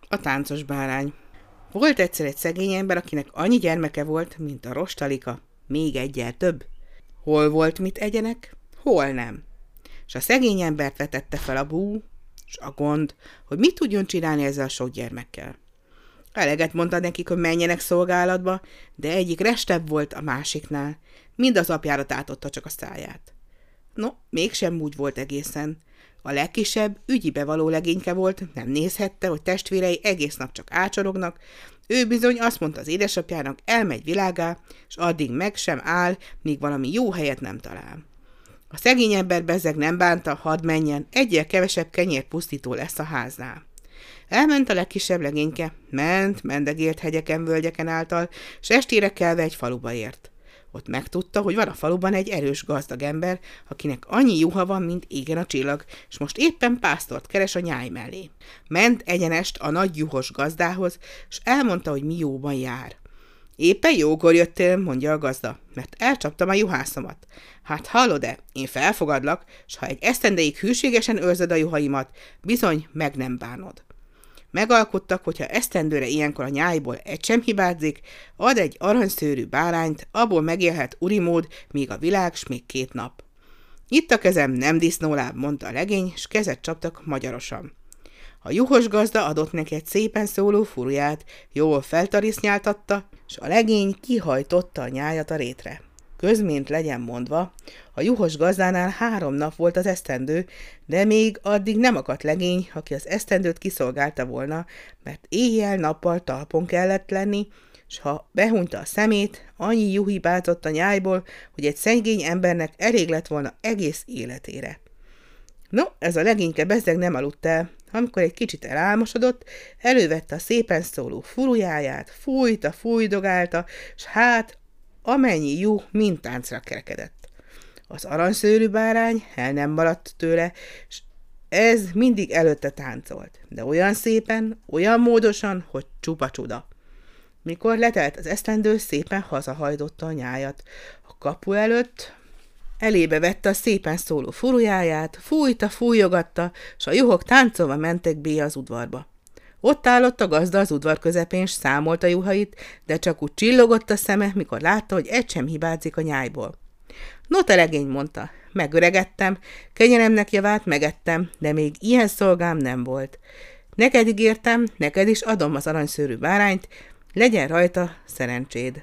A táncos bárány. Volt egyszer egy szegény ember, akinek annyi gyermeke volt, mint a rostalika, még egyel több. Hol volt mit egyenek, hol nem. És a szegény embert vetette fel a bú, és a gond, hogy mit tudjon csinálni ezzel a sok gyermekkel. Eleget mondta nekik, hogy menjenek szolgálatba, de egyik restebb volt a másiknál, mind az apjára tátotta csak a száját. No, mégsem úgy volt egészen. A legkisebb ügyibe való legényke volt, nem nézhette, hogy testvérei egész nap csak ácsorognak, ő bizony azt mondta az édesapjának, elmegy világá, és addig meg sem áll, míg valami jó helyet nem talál. A szegény ember bezzeg nem bánta, hadd menjen, egyel kevesebb kenyérpusztító lesz a háznál. Elment a legkisebb legényke, mendegélt hegyeken, völgyeken által, s estére kelve egy faluba ért. Ott megtudta, hogy van a faluban egy erős gazdag ember, akinek annyi juha van, mint égen a csillag, és most éppen pásztort keres a nyáj mellé. Ment egyenest a nagy juhos gazdához, és elmondta, hogy mi jóban jár. Éppen jókor jöttél, mondja a gazda, mert elcsaptam a juhászomat. Hát hallod-e, én felfogadlak, s ha egy esztendeig hűségesen őrzöd a juhaimat, bizony meg nem bánod. Megalkottak, hogyha esztendőre ilyenkor a nyájból egy sem hibázik, ad egy aranyszőrű bárányt, abból megélhet urimód, míg a világ, s még 2 nap. Itt a kezem nem disznóláb, mondta a legény, s kezet csaptak magyarosan. A juhos gazda adott neki egy szépen szóló furuját, jól feltarisznyáltatta, s a legény kihajtotta a nyájat a rétre. Közmént legyen mondva, a juhos gazdánál 3 nap volt az esztendő, de még addig nem akadt legény, aki az esztendőt kiszolgálta volna, mert éjjel-nappal talpon kellett lenni, s ha behunyta a szemét, annyi juh hibázott a nyájból, hogy egy szegény embernek elég lett volna egész életére. No, ez a legényke bezzeg nem aludt el. Amikor egy kicsit elálmosodott, elővette a szépen szóló furujáját, fújdogálta, s hát amennyi juh mind táncra kerekedett. Az aranyszőrű bárány el nem maradt tőle, s ez mindig előtte táncolt, de olyan szépen, olyan módosan, hogy csupa csuda. Mikor letelt az esztendő, szépen hazahajtotta a nyájat. A kapu előtt elébe vette a szépen szóló furujáját, fújjogatta, s a juhok táncolva mentek bé az udvarba. Ott állott a gazda az udvar közepén, s számolta juhait, de csak úgy csillogott a szeme, mikor látta, hogy egy sem hibázik a nyájból. No, te legény, mondta, megöregedtem, kenyeremnek javát megettem, de még ilyen szolgám nem volt. Neked ígértem, neked is adom az aranyszőrű bárányt, legyen rajta szerencséd.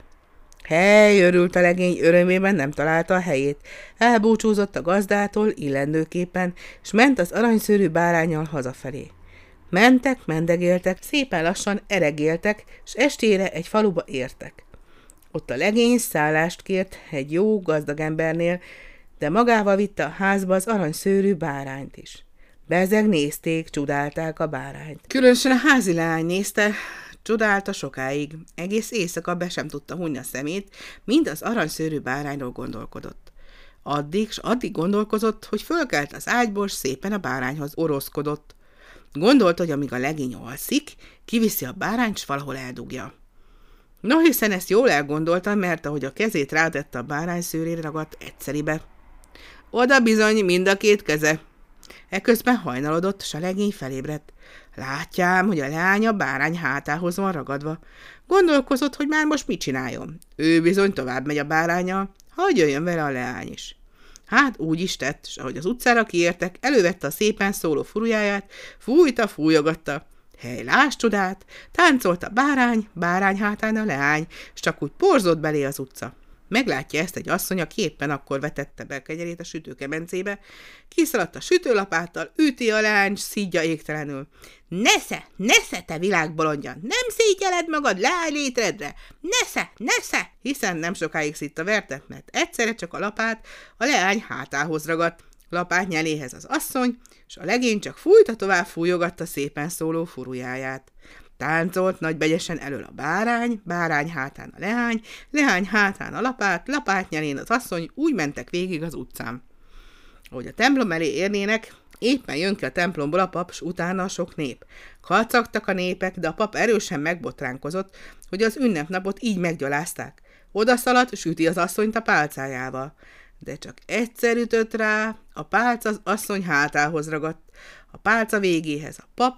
Hely, örült a legény, örömében nem találta a helyét. Elbúcsúzott a gazdától illendőképpen, s ment az aranyszőrű báránnyal hazafelé. Mentek, mendegéltek, szépen lassan eregéltek, s estére egy faluba értek. Ott a legény szállást kért egy jó gazdag embernél, de magával vitte a házba az aranyszőrű bárányt is. Bezzeg nézték, csodálták a bárányt. Különösen a házi leány nézte, csodálta sokáig. Egész éjszaka be sem tudta hunyni a szemét, mind az aranyszőrű bárányról gondolkodott. Addig gondolkozott, hogy fölkelt az ágyból, s szépen a bárányhoz oroszkodott. Gondolt, hogy amíg a legény alszik, kiviszi a bárányt, s valahol eldugja. No, hiszen ezt jól elgondoltam, mert ahogy a kezét rátette a bárány szőrére ragadt egyszeribe. Oda bizony mind a 2 keze. Eközben hajnalodott, s a legény felébredt. Látjám, hogy a leány a bárány hátához van ragadva. Gondolkozott, hogy már most mit csináljon. Ő bizony tovább megy a báránnyal, hadd jöjjön vele a leány is. Hát úgy is tett, s ahogy az utcára kiértek, elővette a szépen szóló furujáját, fújjogatta. Hely, lásd csodát, táncolt a bárány hátán a leány, s csak úgy porzott belé az utca. Meglátja ezt egy asszony, aki éppen akkor vetette be a kenyerét a sütőkemencébe, kiszaladt a sütőlapáttal, üti a leány, szídja égtelenül. Nesze, te világbolondja, nem szégyeled magad leány létredre, nesze, hiszen nem sokáig szitta verte, mert egyszerre csak a lapát a leány hátához ragadt, lapát nyeléhez az asszony, s a legény csak fújjogatta szépen szóló furujáját. Táncolt nagybegyesen elől a bárány hátán a leány hátán a lapát nyelén az asszony, úgy mentek végig az utcán. Ahogy a templom elé érnének, éppen jön ki a templomból a pap, s utána a sok nép. Kacagtak a népek, de a pap erősen megbotránkozott, hogy az ünnepnapot így meggyalázták. Odaszaladt, s üti az asszonyt a pálcájával. De csak egyszer ütött rá, a pálca az asszony hátához ragadt, a pálca végéhez a pap,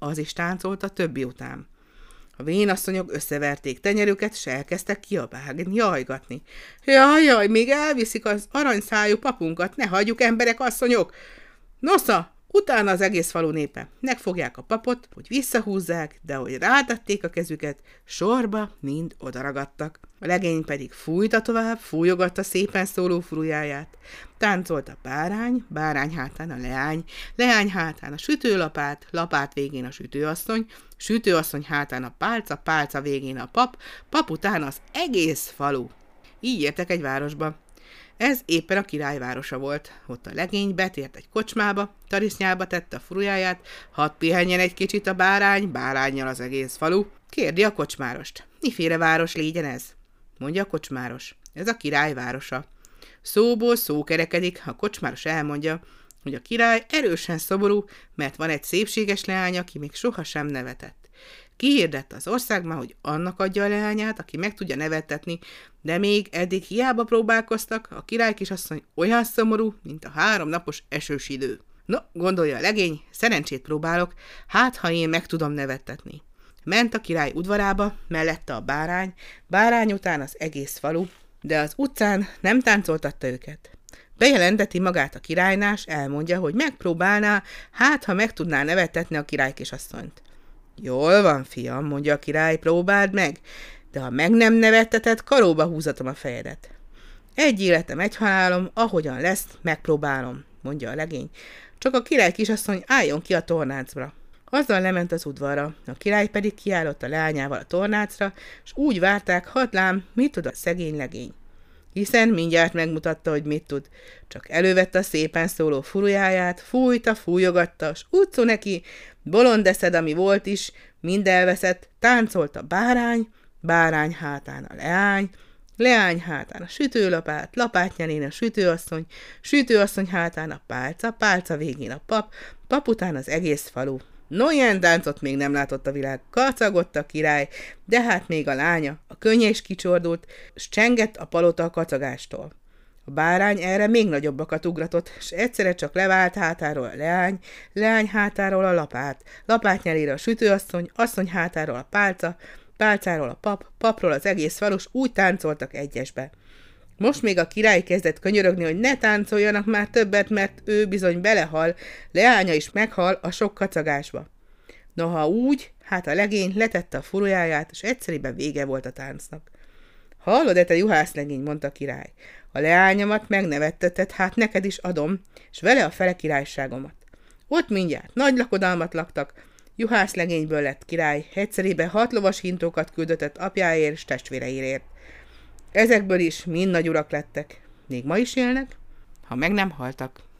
az is táncolt a többi után. A vénasszonyok összeverték tenyerüket, s elkezdtek kiabálni, jajgatni. Jaj, még elviszik az aranyszájú papunkat, ne hagyjuk, emberek, asszonyok! Nosza, utána az egész falu népe. Megfogják a papot, hogy visszahúzzák, de ahogy rátették a kezüket, sorba mind odaragadtak. A legény pedig fújta tovább, fújogatta szépen szóló furujjáját. Táncolt a bárány, bárány hátán a leány, leány hátán a sütőlapát, lapát végén a sütőasszony, sütőasszony hátán a pálca, pálca végén a pap, pap után az egész falu. Így értek egy városba. Ez éppen a királyvárosa volt. Ott a legény betért egy kocsmába, tarisznyába tette a furujjáját, hadd pihenjen egy kicsit a bárány, báránnyal az egész falu. Kérdi a kocsmárost. Miféle város légyen ez? Mondja a kocsmáros. Ez a királyvárosa. Szóból szó kerekedik, a kocsmáros elmondja, hogy a király erősen szomorú, mert van egy szépséges leány, aki még sohasem nevetett. Kihirdette az országban, hogy annak adja a leányát, aki meg tudja nevettetni, de még eddig hiába próbálkoztak, a király kisasszony olyan szomorú, mint a 3 napos esős idő. No, gondolja a legény, szerencsét próbálok, hát ha én meg tudom nevettetni. Ment a király udvarába, mellette a bárány, bárány után az egész falu, de az utcán nem táncoltatta őket. Bejelenteti magát a királynál, s elmondja, hogy megpróbálná, hát ha meg tudná nevettetni a király kisasszonyt. Jól van, fiam, mondja a király, próbáld meg, de ha meg nem nevetteted, karóba húzatom a fejedet. Egy életem, egy halálom, ahogyan lesz, megpróbálom, mondja a legény. Csak a király kisasszony álljon ki a tornácra. Azzal lement az udvarra, a király pedig kiállott a leányával a tornácra, és úgy várták, hadd lám, mit tud a szegény legény. Hiszen mindjárt megmutatta, hogy mit tud. Csak elővette a szépen szóló furujjáját, fújta, fújogatta, s úgy szó neki, bolond eszed, ami volt is, mind elveszett, táncolt a bárány, bárány hátán a leány, leány hátán a sütőlapát, lapát nyelén a sütőasszony, sütőasszony hátán a pálca, pálca végén a pap, pap után az egész falu. No, ilyen táncot még nem látott a világ, kacagott a király, de hát még a lánya, a könnye is kicsordult, s csengett a palota a kacagástól. A bárány erre még nagyobbakat ugratott, s egyszerre csak levált hátáról a leány, leány hátáról a lapát, lapát nyelére a sütőasszony, asszony hátáról a pálca, pálcáról a pap, papról az egész falus, úgy táncoltak egyesbe. Most még a király kezdett könyörögni, hogy ne táncoljanak már többet, mert ő bizony belehal, leánya is meghal a sok kacagásba. Noha úgy, hát a legény letette a furujjáját, és egyszerűen vége volt a táncnak. Hallod-e, te juhászlegény, mondta a király, a leányomat megnevetteted, hát neked is adom, és vele a fele királyságomat. Ott mindjárt nagy lakodalmat laktak, juhászlegényből lett király, egyszerűen 6 lovas hintókat küldötett apjáért és testvéreirért. Ezekből is mind nagy urak lettek. Még ma is élnek, ha meg nem haltak.